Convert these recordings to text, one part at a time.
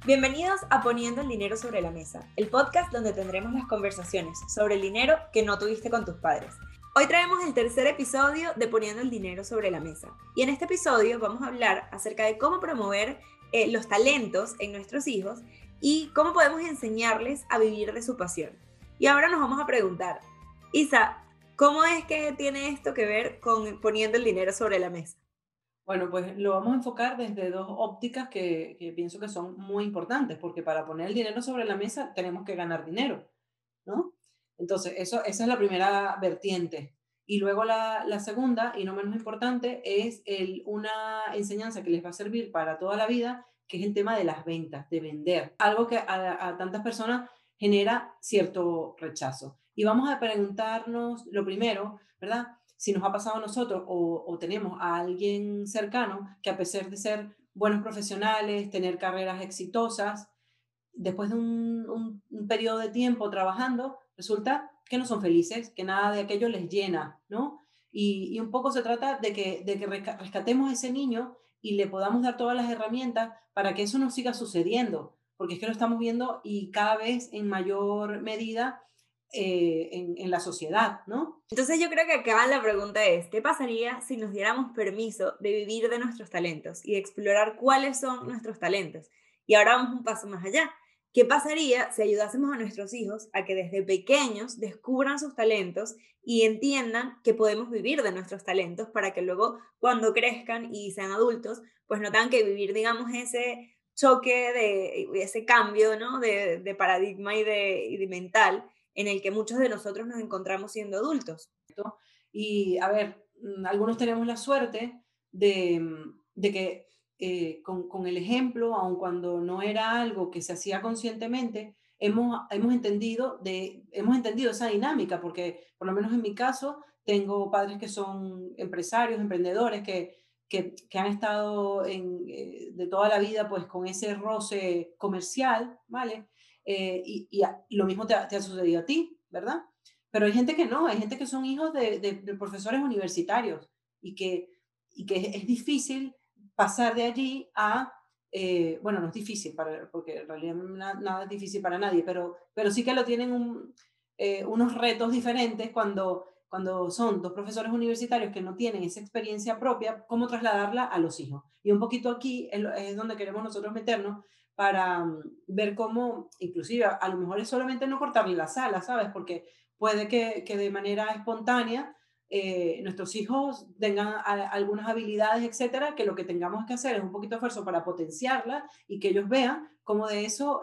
Bienvenidos a Poniendo el Dinero sobre la Mesa, el podcast donde tendremos las conversaciones sobre el dinero que no tuviste con tus padres. Hoy traemos el tercer episodio de Poniendo el Dinero sobre la Mesa. Y en este episodio vamos a hablar acerca de cómo promover los talentos en nuestros hijos y cómo podemos enseñarles a vivir de su pasión. Y ahora nos vamos a preguntar, Isa, ¿cómo es que tiene esto que ver con poniendo el dinero sobre la mesa? Bueno, pues lo vamos a enfocar desde dos ópticas que pienso que son muy importantes, porque para poner el dinero sobre la mesa tenemos que ganar dinero, ¿no? Entonces, esa es la primera vertiente. Y luego la segunda, y no menos importante, es una enseñanza que les va a servir para toda la vida, que es el tema de las ventas, de vender. Algo que a tantas personas genera cierto rechazo. Y vamos a preguntarnos lo primero, ¿verdad? Si nos ha pasado a nosotros o tenemos a alguien cercano que a pesar de ser buenos profesionales, tener carreras exitosas, después de un periodo de tiempo trabajando, resulta que no son felices, que nada de aquello les llena, ¿no? Y un poco se trata de que rescatemos a ese niño y le podamos dar todas las herramientas para que eso no siga sucediendo, porque es que lo estamos viendo y cada vez en mayor medida en la sociedad, ¿no? Entonces yo creo que acá la pregunta es, ¿qué pasaría si nos diéramos permiso de vivir de nuestros talentos y de explorar cuáles son nuestros talentos? Y ahora vamos un paso más allá. ¿Qué pasaría si ayudásemos a nuestros hijos a que desde pequeños descubran sus talentos y entiendan que podemos vivir de nuestros talentos para que luego cuando crezcan y sean adultos, pues no tengan que vivir, digamos, ese choque de ese cambio, ¿no? de paradigma y de mental en el que muchos de nosotros nos encontramos siendo adultos. Y a ver, algunos tenemos la suerte de que con el ejemplo, aun cuando no era algo que se hacía conscientemente, hemos entendido esa dinámica, porque por lo menos en mi caso tengo padres que son empresarios, emprendedores, que han estado de toda la vida pues con ese roce comercial, ¿vale? Lo mismo te ha sucedido a ti, ¿verdad? Pero hay gente que no, hay gente que son hijos de profesores universitarios y que es difícil pasar de allí a, bueno, no es difícil, porque en realidad nada es difícil para nadie, pero sí que lo tienen unos retos diferentes cuando son dos profesores universitarios que no tienen esa experiencia propia, cómo trasladarla a los hijos. Y un poquito aquí es donde queremos nosotros meternos para ver cómo, inclusive a lo mejor es solamente no cortarle la sala, ¿sabes? Porque puede que de manera espontánea nuestros hijos tengan algunas habilidades, etcétera, que lo que tengamos que hacer es un poquito de esfuerzo para potenciarlas y que ellos vean cómo de eso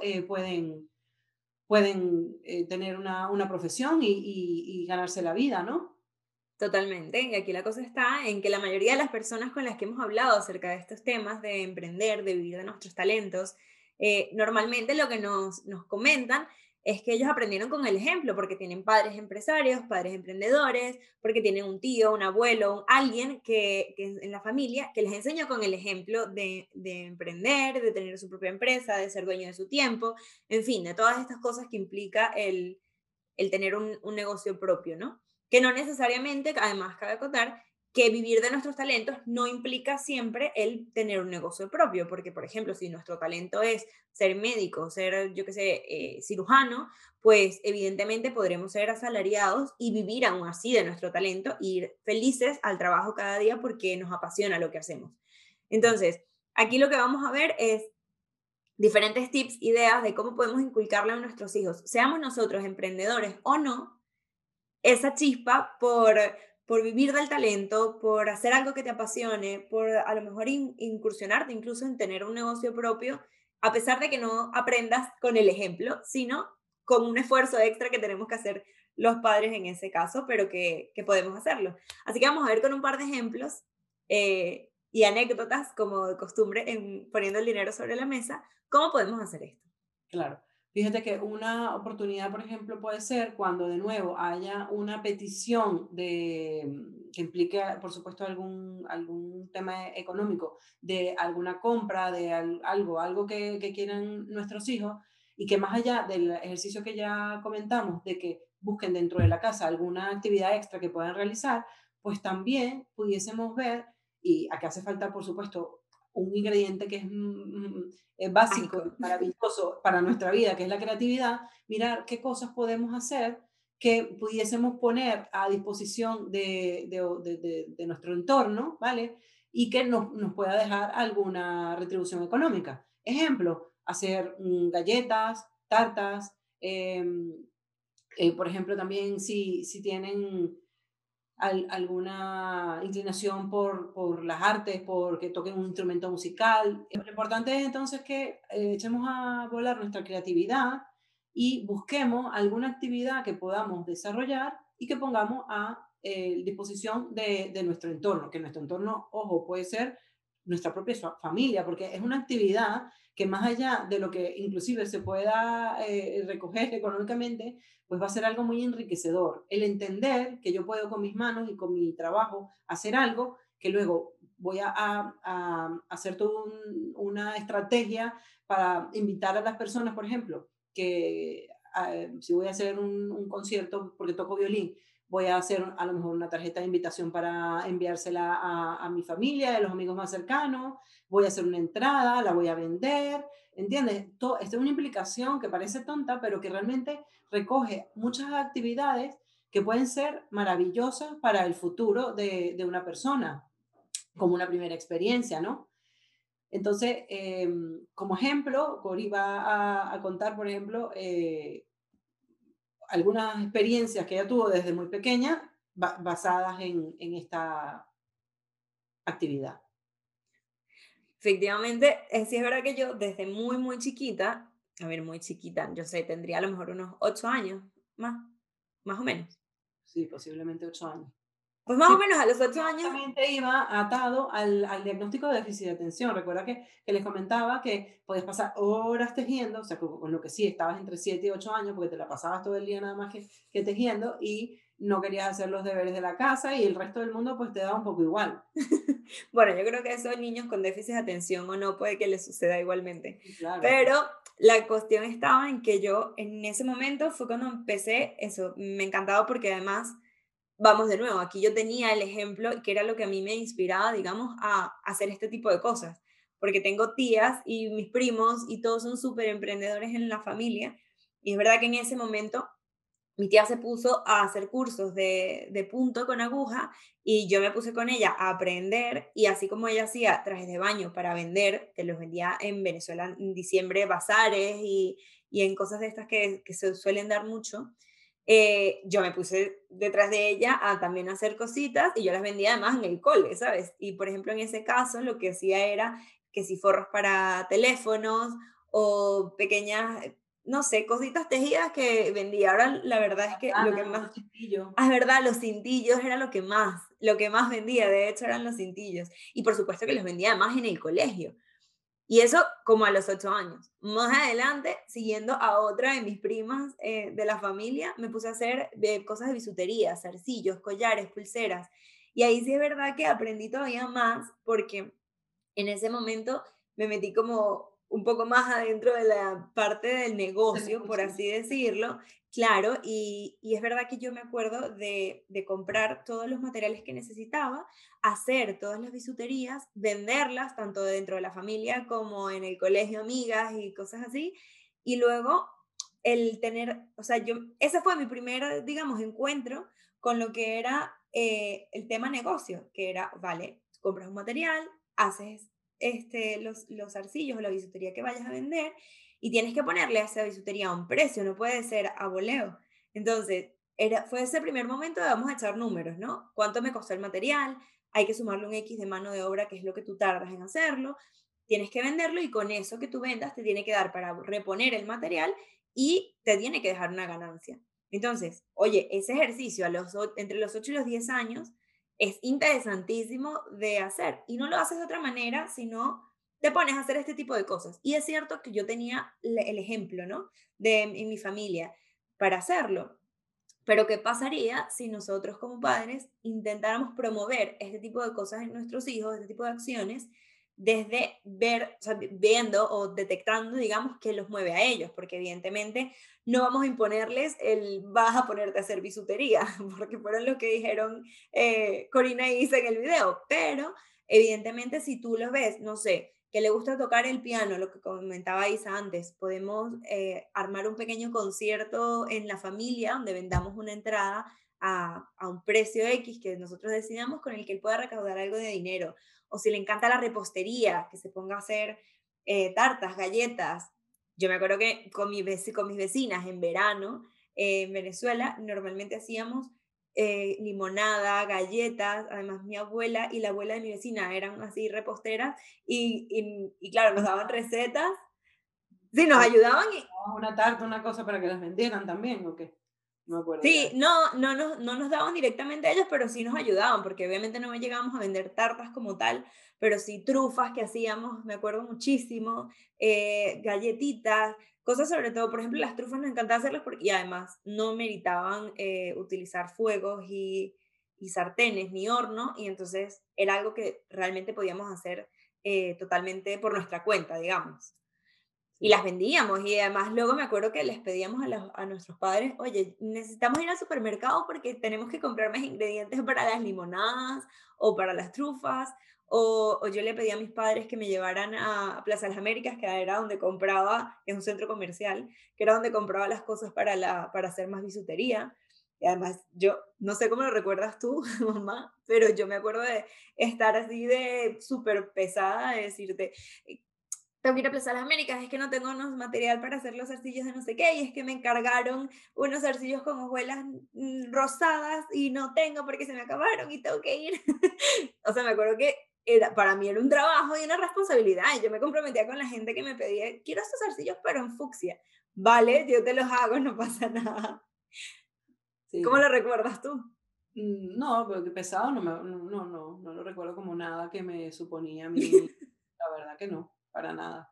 pueden tener una profesión y ganarse la vida, ¿no? Totalmente. Y aquí la cosa está en que la mayoría de las personas con las que hemos hablado acerca de estos temas de emprender, de vivir de nuestros talentos, normalmente lo que nos comentan es que ellos aprendieron con el ejemplo, porque tienen padres empresarios, padres emprendedores, porque tienen un tío, un abuelo, alguien que en la familia que les enseñó con el ejemplo de emprender, de tener su propia empresa, de ser dueño de su tiempo, en fin, de todas estas cosas que implica el tener un negocio propio, ¿no? Que no necesariamente, además cabe acotar, que vivir de nuestros talentos no implica siempre el tener un negocio propio, porque, por ejemplo, si nuestro talento es ser médico, ser, yo qué sé, cirujano, pues evidentemente podremos ser asalariados y vivir aún así de nuestro talento y ir felices al trabajo cada día porque nos apasiona lo que hacemos. Entonces, aquí lo que vamos a ver es diferentes tips, ideas de cómo podemos inculcarle a nuestros hijos, seamos nosotros emprendedores o no, esa chispa por vivir del talento, por hacer algo que te apasione, por a lo mejor incursionarte incluso en tener un negocio propio, a pesar de que no aprendas con el ejemplo, sino con un esfuerzo extra que tenemos que hacer los padres en ese caso, pero que podemos hacerlo. Así que vamos a ver con un par de ejemplos y anécdotas, como de costumbre, en poniendo el dinero sobre la mesa, cómo podemos hacer esto. Claro. Fíjate que una oportunidad, por ejemplo, puede ser cuando de nuevo haya una petición que implique, por supuesto, algún tema económico, de alguna compra, de algo que quieran nuestros hijos, y que más allá del ejercicio que ya comentamos, de que busquen dentro de la casa alguna actividad extra que puedan realizar, pues también pudiésemos ver, y acá hace falta, por supuesto, un ingrediente que es básico y Mágico. maravilloso para nuestra vida, que es la creatividad, mirar qué cosas podemos hacer que pudiésemos poner a disposición de nuestro entorno, ¿vale? Y que nos pueda dejar alguna retribución económica. Ejemplo, hacer galletas, tartas, por ejemplo, también si tienen alguna inclinación por las artes, porque toquen un instrumento musical. Lo importante es entonces que echemos a volar nuestra creatividad y busquemos alguna actividad que podamos desarrollar y que pongamos a disposición de nuestro entorno, que nuestro entorno, ojo, puede ser nuestra propia familia, porque es una actividad que más allá de lo que inclusive se pueda recoger económicamente, pues va a ser algo muy enriquecedor. El entender que yo puedo con mis manos y con mi trabajo hacer algo que luego voy a hacer toda una estrategia para invitar a las personas, por ejemplo, que si voy a hacer un concierto porque toco violín, voy a hacer a lo mejor una tarjeta de invitación para enviársela a mi familia, a los amigos más cercanos, voy a hacer una entrada, la voy a vender, ¿entiendes? Esto es una implicación que parece tonta, pero que realmente recoge muchas actividades que pueden ser maravillosas para el futuro de una persona, como una primera experiencia, ¿no? Entonces, como ejemplo, Cori va a contar, por ejemplo, algunas experiencias que ella tuvo desde muy pequeña basadas en esta actividad. Efectivamente, sí es verdad que yo desde muy, muy chiquita, a ver, muy chiquita, yo sé, tendría a lo mejor unos 8 años, más, más o menos. Sí, posiblemente 8 años. Pues más Sí, o menos a los 8 años. justamente iba atado al diagnóstico de déficit de atención. Recuerda que les comentaba que podías pasar horas tejiendo, o sea, con lo que sí, estabas entre 7 y 8 años porque te la pasabas todo el día nada más que tejiendo y no querías hacer los deberes de la casa y el resto del mundo pues te daba un poco igual. Bueno, yo creo que esos niños con déficit de atención o no puede que les suceda igualmente. Claro. Pero la cuestión estaba en que yo en ese momento fue cuando empecé eso, me encantaba porque además, vamos de nuevo, aquí yo tenía el ejemplo que era lo que a mí me inspiraba, digamos, a hacer este tipo de cosas, porque tengo tías y mis primos y todos son súper emprendedores en la familia. Y es verdad que en ese momento mi tía se puso a hacer cursos de punto con aguja y yo me puse con ella a aprender y así como ella hacía trajes de baño para vender, que los vendía en Venezuela en diciembre, bazares y en cosas de estas que se suelen dar mucho, yo me puse detrás de ella a también hacer cositas y yo las vendía además en el cole, ¿sabes? Y por ejemplo en ese caso lo que hacía era que si forros para teléfonos o pequeñas no sé, cositas tejidas que vendía. Ahora la verdad es que lo que Lana, más unos cintillos. es verdad, los cintillos era lo que más vendía, de hecho, eran los cintillos. Y por supuesto que los vendía además en el colegio. Y eso como a los 8 años. Más adelante, siguiendo a otra de mis primas, de la familia, me puse a hacer, cosas de bisutería, zarcillos, collares, pulseras. Y ahí sí es verdad que aprendí todavía más, porque en ese momento me metí como un poco más adentro de la parte del Del negocio, por negocio. así decirlo, claro, y es verdad que yo me acuerdo de comprar todos los materiales que necesitaba, hacer todas las bisuterías, venderlas tanto dentro de la familia como en el colegio, amigas y cosas así, y luego el tener, o sea, ese fue mi primer, digamos, encuentro con lo que era el tema negocio, que era, vale, compras un material, haces los arcillos o la bisutería que vayas a vender y tienes que ponerle a esa bisutería un precio, no puede ser a voleo. Entonces, fue ese primer momento de vamos a echar números, ¿no? ¿Cuánto me costó el material? Hay que sumarle un X de mano de obra, que es lo que tú tardas en hacerlo. Tienes que venderlo y con eso que tú vendas te tiene que dar para reponer el material y te tiene que dejar una ganancia. Entonces, oye, ese ejercicio entre los 8 y los 10 años es interesantísimo de hacer y no lo haces de otra manera, sino te pones a hacer este tipo de cosas. Y es cierto que yo tenía el ejemplo, ¿no? En mi familia para hacerlo. Pero ¿qué pasaría si nosotros como padres intentáramos promover este tipo de cosas en nuestros hijos, este tipo de acciones, desde ver, o sea, viendo o detectando, digamos, qué los mueve a ellos? Porque evidentemente no vamos a imponerles el vas a ponerte a hacer bisutería, porque fueron los que dijeron Corina y Isa en el video, pero Evidentemente, si tú los ves, no sé, que le gusta tocar el piano, lo que comentaba Isa antes, podemos armar un pequeño concierto en la familia donde vendamos una entrada a un precio X que nosotros decidamos con el que él pueda recaudar algo de dinero. O si le encanta la repostería, que se ponga a hacer tartas, galletas. Yo me acuerdo que con mis vecinas en verano en Venezuela normalmente hacíamos limonada, galletas, además mi abuela y la abuela de mi vecina eran así reposteras y claro, nos daban recetas, sí, nos Pero ayudaban. una tarta, una cosa para que las vendieran también, ¿o qué? No me acuerdo Sí, ya. no nos daban directamente a ellos, pero sí nos ayudaban, porque obviamente no llegábamos a vender tartas como tal, pero sí trufas que hacíamos, me acuerdo muchísimo, galletitas, cosas sobre todo, por ejemplo, las trufas nos encantaba hacerlas porque, y además no meritaban utilizar fuegos y sartenes ni horno, y entonces era algo que realmente podíamos hacer totalmente por nuestra cuenta, digamos. Y Sí. las vendíamos y además luego me acuerdo que les pedíamos a nuestros padres, oye, necesitamos ir al supermercado porque tenemos que comprar más ingredientes para las limonadas o para las trufas, o yo le pedí a mis padres que me llevaran a Plaza Las Américas, que era donde compraba, es un centro comercial, que era donde compraba las cosas para hacer más bisutería. Y además, yo no sé cómo lo recuerdas tú, mamá, pero yo me acuerdo de estar así de súper pesada, de decirte, tengo que ir a Plaza Las Américas, es que no tengo unos material para hacer los zarcillos de no sé qué, y es que me encargaron unos zarcillos con hojuelas rosadas y no tengo porque se me acabaron y tengo que ir. O sea, me acuerdo que para mí era un trabajo y una responsabilidad, y yo me comprometía con la gente que me pedía, quiero estos zarcillos pero en fucsia. Vale, yo te los hago, no pasa nada. ¿Cómo Sí. lo recuerdas tú? No, pero que pesado no lo recuerdo como nada que me suponía a mí, la verdad que no, para nada.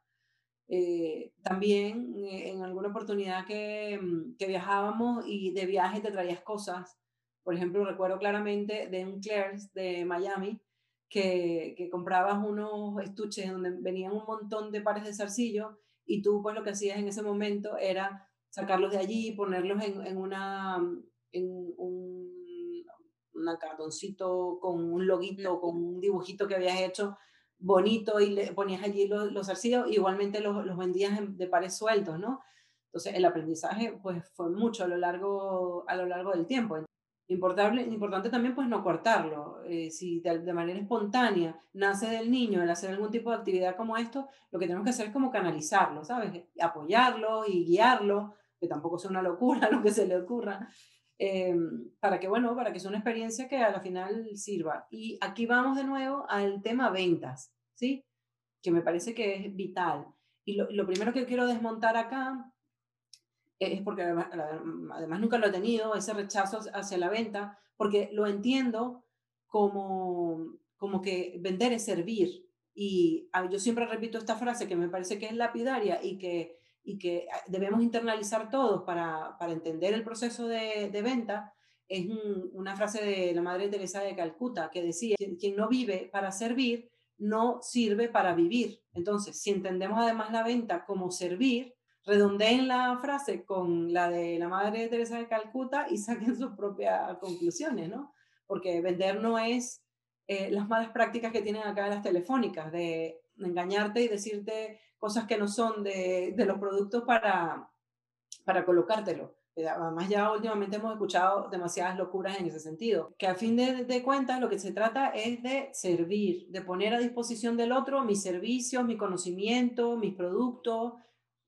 También en alguna oportunidad que viajábamos y de viaje te traías cosas. Por ejemplo, recuerdo claramente de un Claire's de Miami que comprabas unos estuches donde venían un montón de pares de zarcillo y tú pues lo que hacías en ese momento era sacarlos de allí, ponerlos en un cartoncito con un loguito, con un dibujito que habías hecho bonito y le ponías allí los zarcillos, igualmente los vendías de pares sueltos, ¿no? Entonces el aprendizaje pues fue mucho a lo largo del tiempo. Importante también pues no cortarlo. Si de manera espontánea nace del niño el hacer algún tipo de actividad como esto, lo que tenemos que hacer es como canalizarlo, ¿sabes? Apoyarlo y guiarlo, que tampoco sea una locura lo que se le ocurra, para que, bueno, para que sea una experiencia que a la final sirva. Y aquí vamos de nuevo al tema ventas, ¿sí? Que me parece que es vital. Y lo primero que quiero desmontar acá es porque además nunca lo he tenido, ese rechazo hacia la venta, porque lo entiendo como que vender es servir. Y yo siempre repito esta frase que me parece que es lapidaria y que debemos internalizar todos para entender el proceso de venta. Es una frase de la Madre Teresa de Calcuta que decía, quien no vive para servir, no sirve para vivir. Entonces, si entendemos además la venta como servir, redondeen la frase con la de la Madre Teresa de Calcuta y saquen sus propias conclusiones, ¿no? Porque vender no es las malas prácticas que tienen acá las telefónicas, de engañarte y decirte cosas que no son de los productos para colocártelo. Además, ya últimamente hemos escuchado demasiadas locuras en ese sentido. Que a fin de cuentas lo que se trata es de servir, de poner a disposición del otro mis servicios, mi conocimiento, mis productos,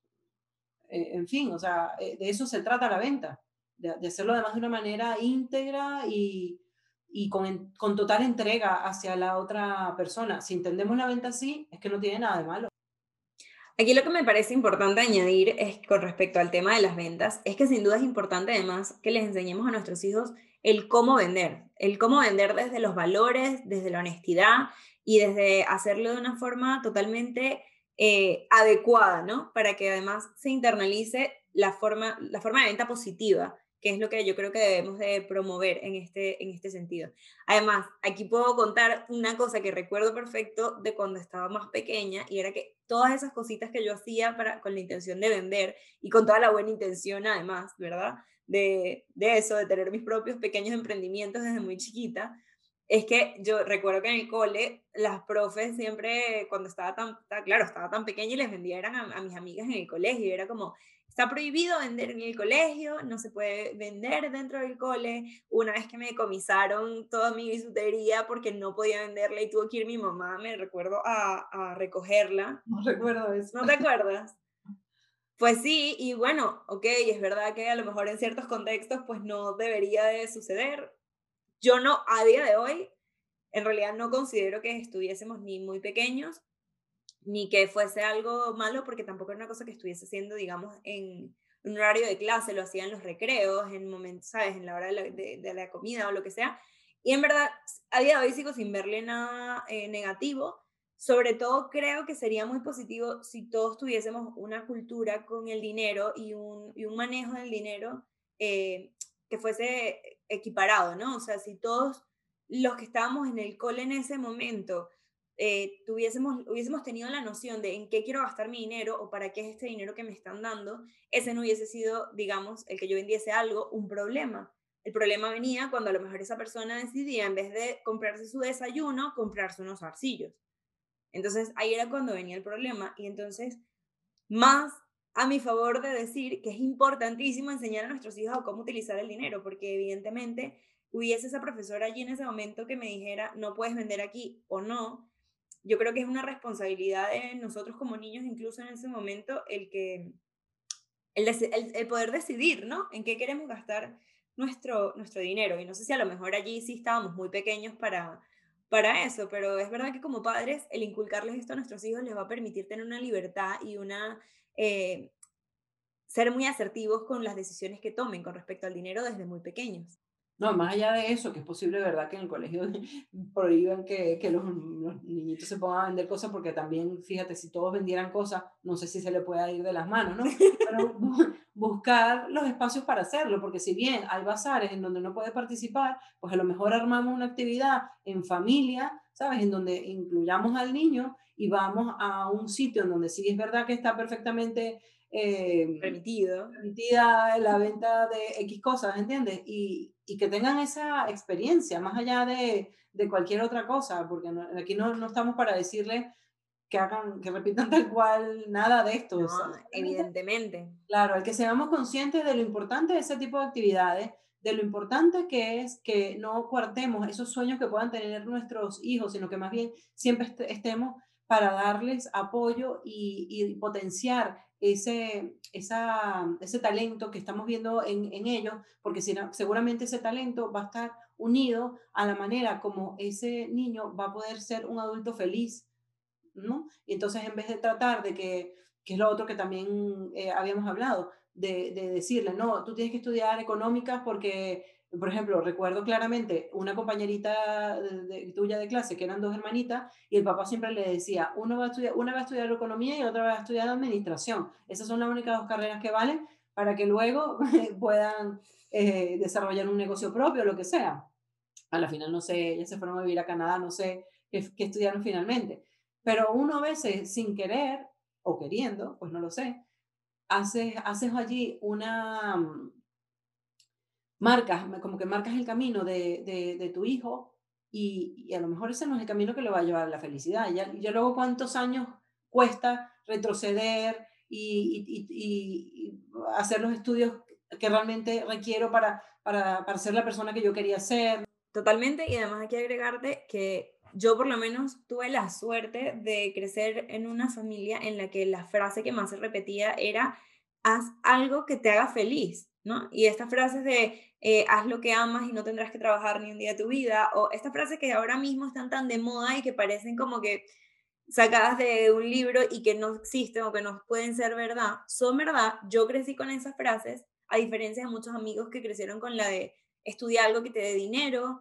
en fin, o sea, de eso se trata la venta, de hacerlo además de una manera íntegra y con total entrega hacia la otra persona. Si entendemos la venta así, es que no tiene nada de malo. Aquí lo que me parece importante añadir es con respecto al tema de las ventas, es que sin duda es importante además que les enseñemos a nuestros hijos el cómo vender desde los valores, desde la honestidad y desde hacerlo de una forma totalmente adecuada, ¿no? Para que además se internalice la forma de venta positiva, que es lo que yo creo que debemos de promover en este sentido. Además, aquí puedo contar una cosa que recuerdo perfecto de cuando estaba más pequeña y era que todas esas cositas que yo hacía con la intención de vender y con toda la buena intención además, ¿verdad? De eso, de tener mis propios pequeños emprendimientos desde muy chiquita, Es que yo recuerdo que en el cole, las profes siempre, cuando claro, estaba tan pequeña y les vendía eran a mis amigas en el colegio, y era como, está prohibido vender en el colegio, no se puede vender dentro del cole. Una vez que me decomisaron toda mi bisutería porque no podía venderla y tuvo que ir mi mamá, me recuerdo, a recogerla. No recuerdo eso. ¿No te acuerdas? Pues sí, y bueno, ok, es verdad que a lo mejor en ciertos contextos pues no debería de suceder. Yo no, a día de hoy, en realidad no considero que estuviésemos ni muy pequeños, ni que fuese algo malo, porque tampoco era una cosa que estuviese haciendo, digamos, en un horario de clase, lo hacía en los recreos, en momentos, ¿sabes? En la hora de la comida o lo que sea. Y en verdad, a día de hoy sigo sin verle nada negativo. Sobre todo creo que sería muy positivo si todos tuviésemos una cultura con el dinero y un manejo del dinero eh, que fuese equiparado, ¿no? O sea, si todos los que estábamos en el cole en ese momento hubiésemos tenido la noción de en qué quiero gastar mi dinero o para qué es este dinero que me están dando, ese no hubiese sido, digamos, el que yo vendiese algo, un problema. El problema venía cuando a lo mejor esa persona decidía, en vez de comprarse su desayuno, comprarse unos zarcillos. Entonces ahí era cuando venía el problema. Y entonces, más a mi favor de decir que es importantísimo enseñar a nuestros hijos a cómo utilizar el dinero, porque evidentemente hubiese esa profesora allí en ese momento que me dijera, no puedes vender aquí o no. Yo creo que es una responsabilidad de nosotros como niños, incluso en ese momento, el poder decidir, ¿no? En qué queremos gastar nuestro dinero. Y no sé si a lo mejor allí sí estábamos muy pequeños para eso, pero es verdad que como padres, el inculcarles esto a nuestros hijos les va a permitir tener una libertad y eh, ser muy asertivos con las decisiones que tomen con respecto al dinero desde muy pequeños. No, más allá de eso, que es posible, ¿verdad?, que en el colegio prohíban que los niñitos se pongan a vender cosas, porque también, fíjate, si todos vendieran cosas, no sé si se le pueda ir de las manos, ¿no? Pero buscar los espacios para hacerlo, porque si bien hay bazares en donde uno puede participar, pues a lo mejor armamos una actividad en familia, ¿sabes?, en donde incluyamos al niño y vamos a un sitio en donde sí es verdad que está perfectamente Permitido. permitida la venta de X cosas, ¿entiendes? Y que tengan esa experiencia, más allá de cualquier otra cosa, porque aquí no estamos para decirles que hagan, que repitan tal cual nada de esto. O No, sea, simplemente, evidentemente. claro, el que seamos conscientes de lo importante de ese tipo de actividades, de lo importante que es que no coartemos esos sueños que puedan tener nuestros hijos, sino que más bien siempre estemos para darles apoyo y potenciar ese talento que estamos viendo en ellos, porque seguramente ese talento va a estar unido a la manera como ese niño va a poder ser un adulto feliz, ¿no? Y entonces, en vez de tratar de que es lo otro que también habíamos hablado, de decirle, no, tú tienes que estudiar económicas porque, por ejemplo, recuerdo claramente una compañerita tuya de clase, que eran dos hermanitas, y el papá siempre le decía, una va a estudiar economía y otra va a estudiar administración. Esas son las únicas dos carreras que valen para que luego puedan desarrollar un negocio propio o lo que sea. A la final, no sé, ellas se fueron a vivir a Canadá, no sé qué estudiaron finalmente. Pero uno a veces, sin querer o queriendo, pues no lo sé, haces allí como que marcas el camino de tu hijo y a lo mejor ese no es el camino que lo va a llevar a la felicidad. Ya luego cuántos años cuesta retroceder y hacer los estudios que realmente requiero para ser la persona que yo quería ser. Totalmente, y además hay que agregarte que yo por lo menos tuve la suerte de crecer en una familia en la que la frase que más se repetía era, haz algo que te haga feliz, ¿no? Y estas frases de, haz lo que amas y no tendrás que trabajar ni un día de tu vida, o estas frases que ahora mismo están tan de moda y que parecen como que sacadas de un libro y que no existen o que no pueden ser verdad, son verdad. Yo crecí con esas frases, a diferencia de muchos amigos que crecieron con la de estudia algo que te dé dinero.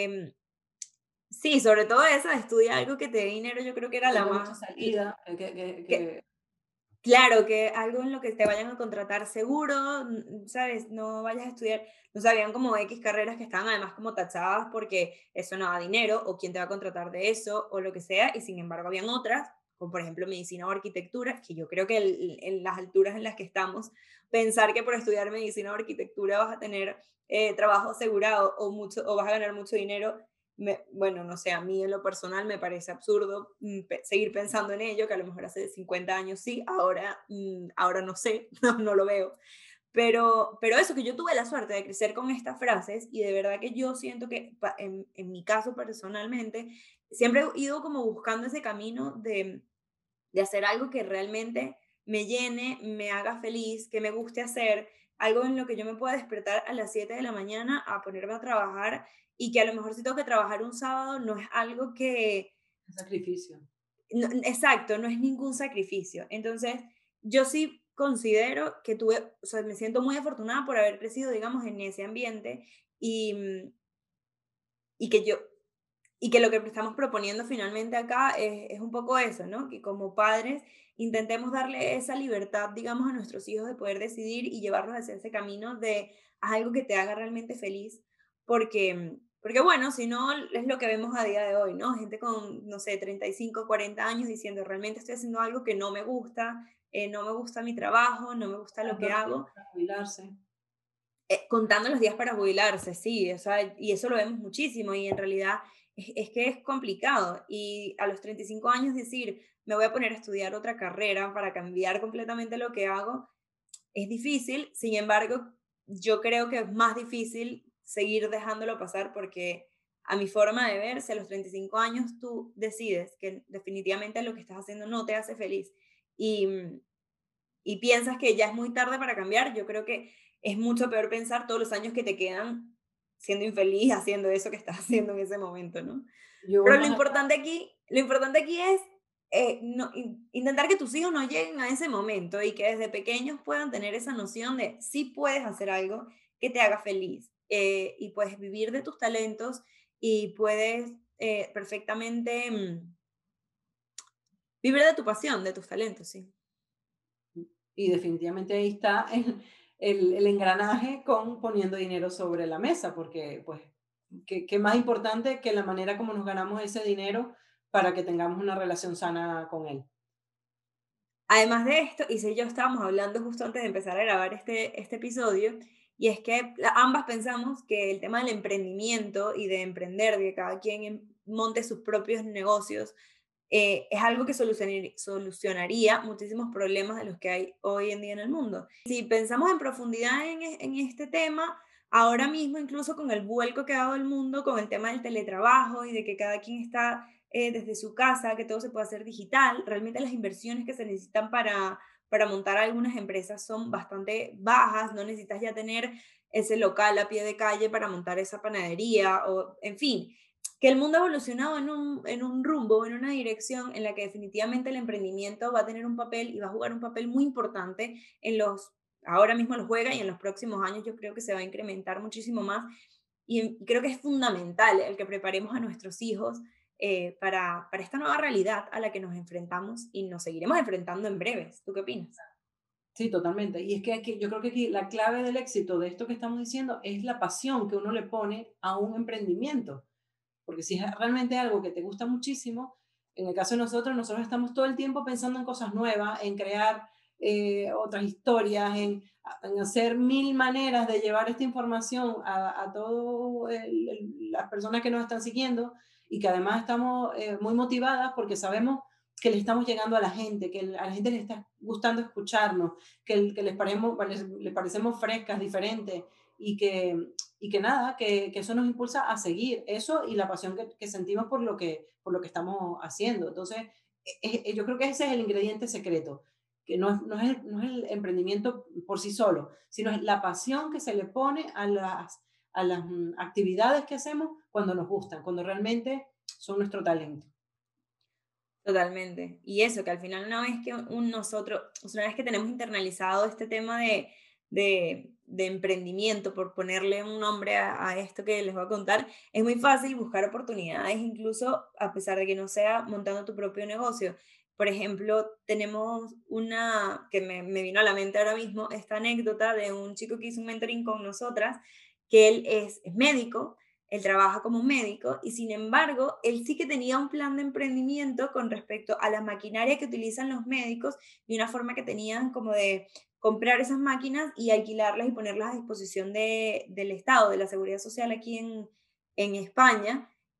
Sí, sobre todo esa, estudia algo que te dé dinero, yo creo que era la Tener mucha más, salida, que, claro, que algo en lo que te vayan a contratar seguro, ¿sabes? No vayas a estudiar, no sabían como X carreras que estaban además como tachadas porque eso no da dinero o quién te va a contratar de eso o lo que sea, y sin embargo habían otras, como por ejemplo medicina o arquitectura, que yo creo que en las alturas en las que estamos, pensar que por estudiar medicina o arquitectura vas a tener trabajo asegurado o vas a ganar mucho dinero, bueno, no sé, a mí en lo personal me parece absurdo seguir pensando en ello, que a lo mejor hace 50 años sí, ahora, ahora no sé, no lo veo. Pero eso, que yo tuve la suerte de crecer con estas frases y de verdad que yo siento que en mi caso personalmente, siempre he ido como buscando ese camino de hacer algo que realmente me llene, me haga feliz, que me guste hacer, algo en lo que yo me pueda despertar a las 7 de la mañana a ponerme a trabajar y que a lo mejor si tengo que trabajar un sábado no es algo que, Un sacrificio. exacto, no es ningún sacrificio. Entonces, yo sí considero que tuve, o sea, me siento muy afortunada por haber crecido, digamos, en ese ambiente y, y que yo y que lo que estamos proponiendo finalmente acá es un poco eso, ¿no? Que como padres intentemos darle esa libertad, digamos, a nuestros hijos de poder decidir y llevarlos hacia ese camino de haz algo que te haga realmente feliz, porque bueno, si no, es lo que vemos a día de hoy, ¿no? Gente con, no sé, 35, 40 años diciendo, realmente estoy haciendo algo que no me gusta mi trabajo, no me gusta lo que Dando los días hago, para jubilarse. contando los días para jubilarse, sí, o sea, y eso lo vemos muchísimo y en realidad es que es complicado y a los 35 años decir, me voy a poner a estudiar otra carrera para cambiar completamente lo que hago, es difícil, sin embargo, yo creo que es más difícil seguir dejándolo pasar porque a mi forma de ver, si a los 35 años tú decides que definitivamente lo que estás haciendo no te hace feliz y, y piensas que ya es muy tarde para cambiar, yo creo que es mucho peor pensar todos los años que te quedan siendo infeliz haciendo eso que estás haciendo en ese momento, ¿no? Yo voy Pero más allá. lo importante aquí es intentar que tus hijos no lleguen a ese momento y que desde pequeños puedan tener esa noción de sí puedes hacer algo que te haga feliz y puedes vivir de tus talentos y puedes perfectamente vivir de tu pasión, de tus talentos, sí. Y definitivamente ahí está el engranaje con poniendo dinero sobre la mesa, porque pues, ¿qué más importante que la manera como nos ganamos ese dinero para que tengamos una relación sana con él? Además de esto, Isa y yo estábamos hablando justo antes de empezar a grabar este episodio, y es que ambas pensamos que el tema del emprendimiento y de emprender, de que cada quien monte sus propios negocios, es algo que solucionaría muchísimos problemas de los que hay hoy en día en el mundo. Si pensamos en profundidad en este tema, ahora mismo incluso con el vuelco que ha dado el mundo, con el tema del teletrabajo y de que cada quien está desde su casa, que todo se puede hacer digital, realmente las inversiones que se necesitan para montar algunas empresas son bastante bajas, no necesitas ya tener ese local a pie de calle para montar esa panadería o, en fin, que el mundo ha evolucionado en un rumbo, en una dirección en la que definitivamente el emprendimiento va a tener un papel y va a jugar un papel muy importante ahora mismo lo juega y en los próximos años yo creo que se va a incrementar muchísimo más y creo que es fundamental el que preparemos a nuestros hijos para esta nueva realidad a la que nos enfrentamos y nos seguiremos enfrentando en breves. ¿Tú qué opinas? Sí, totalmente. Y es que yo creo que aquí la clave del éxito de esto que estamos diciendo es la pasión que uno le pone a un emprendimiento. Porque si es realmente algo que te gusta muchísimo, en el caso de nosotros estamos todo el tiempo pensando en cosas nuevas, en crear otras historias, en hacer mil maneras de llevar esta información a todas las personas que nos están siguiendo y que además estamos muy motivadas porque sabemos que le estamos llegando a la gente, que a la gente le está gustando escucharnos, que les parecemos frescas, diferentes y que nada, que eso nos impulsa a seguir eso y la pasión que sentimos por lo que estamos haciendo. Entonces, yo creo que ese es el ingrediente secreto, que no es el emprendimiento por sí solo, sino es la pasión que se le pone a las actividades que hacemos cuando nos gustan, cuando realmente son nuestro talento. Totalmente. Y eso, que al final una vez que nosotros, o sea, una vez que tenemos internalizado este tema de emprendimiento, por ponerle un nombre a esto que les voy a contar, es muy fácil buscar oportunidades, incluso a pesar de que no sea montando tu propio negocio. Por ejemplo, tenemos que me vino a la mente ahora mismo, esta anécdota de un chico que hizo un mentoring con nosotras, que él es médico. Él trabaja como médico y sin embargo, él sí que tenía un plan de emprendimiento con respecto a la maquinaria que utilizan los médicos y una forma que tenían como de comprar esas máquinas y alquilarlas y ponerlas a disposición del Estado, de la Seguridad Social aquí en España.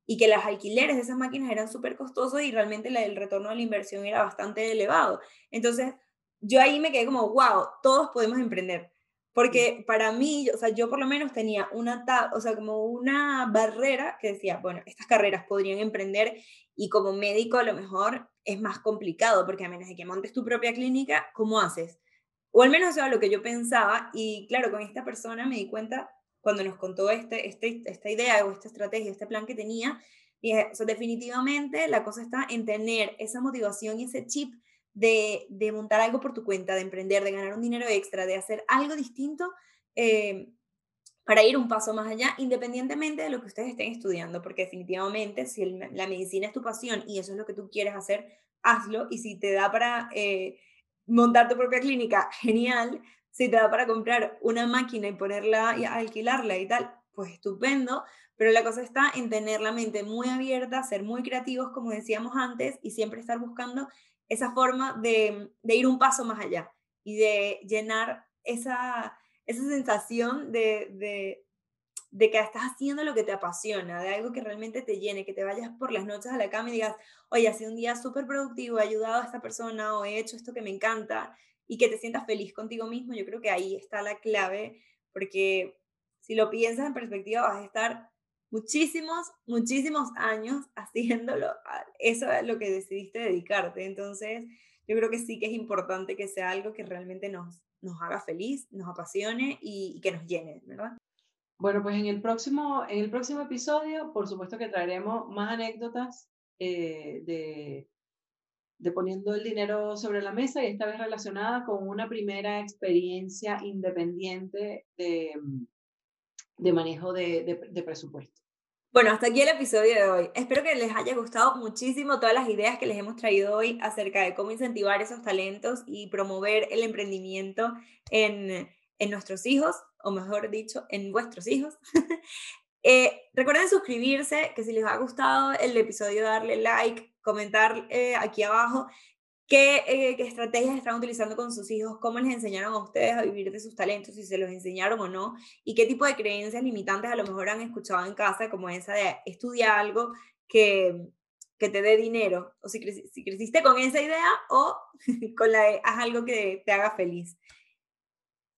y que los alquileres de esas máquinas eran súper costosos y realmente el retorno de la inversión era bastante elevado. Entonces, yo ahí me quedé como, wow, todos podemos emprender. Porque para mí, o sea, yo por lo menos tenía o sea, como una barrera que decía, bueno, estas carreras podrían emprender y como médico a lo mejor es más complicado, porque a menos de que montes tu propia clínica, ¿cómo haces? O al menos eso era lo que yo pensaba y claro, con esta persona me di cuenta cuando nos contó esta idea o esta estrategia, este plan que tenía, y dije, o sea, definitivamente la cosa está en tener esa motivación y ese chip de montar algo por tu cuenta, de emprender, de ganar un dinero extra, de hacer algo distinto eh, para ir un paso más allá, independientemente de lo que ustedes estén estudiando, porque definitivamente si la medicina es tu pasión y eso es lo que tú quieres hacer, hazlo. Y si te da para montar tu propia clínica, genial. Si te da para comprar una máquina y ponerla y alquilarla y tal, pues estupendo. Pero la cosa está en tener la mente muy abierta, ser muy creativos, como decíamos antes, y siempre estar buscando esa forma de ir un paso más allá y de llenar esa sensación de que estás haciendo lo que te apasiona, de algo que realmente te llene, que te vayas por las noches a la cama y digas, oye, ha sido un día súper productivo, he ayudado a esta persona o he hecho esto que me encanta y que te sientas feliz contigo mismo. Yo creo que ahí está la clave, porque si lo piensas en perspectiva, vas a estar muchísimos, muchísimos años haciéndolo, eso es lo que decidiste dedicarte. Entonces, yo creo que sí que es importante que sea algo que realmente nos haga feliz, nos apasione y que nos llene, ¿verdad? Bueno, pues en el próximo episodio, por supuesto que traeremos más anécdotas de poniendo el dinero sobre la mesa y esta vez relacionada con una primera experiencia independiente de manejo de presupuesto. Bueno, hasta aquí el episodio de hoy. Espero que les haya gustado muchísimo todas las ideas que les hemos traído hoy acerca de cómo incentivar esos talentos y promover el emprendimiento en nuestros hijos, o mejor dicho, en vuestros hijos. Recuerden suscribirse, que si les ha gustado el episodio, darle like, comentar aquí abajo qué estrategias están utilizando con sus hijos, cómo les enseñaron a ustedes a vivir de sus talentos, si se los enseñaron o no, y qué tipo de creencias limitantes a lo mejor han escuchado en casa, como esa de estudiar algo que, que te dé dinero, o si creciste con esa idea o con la de haz algo que te haga feliz.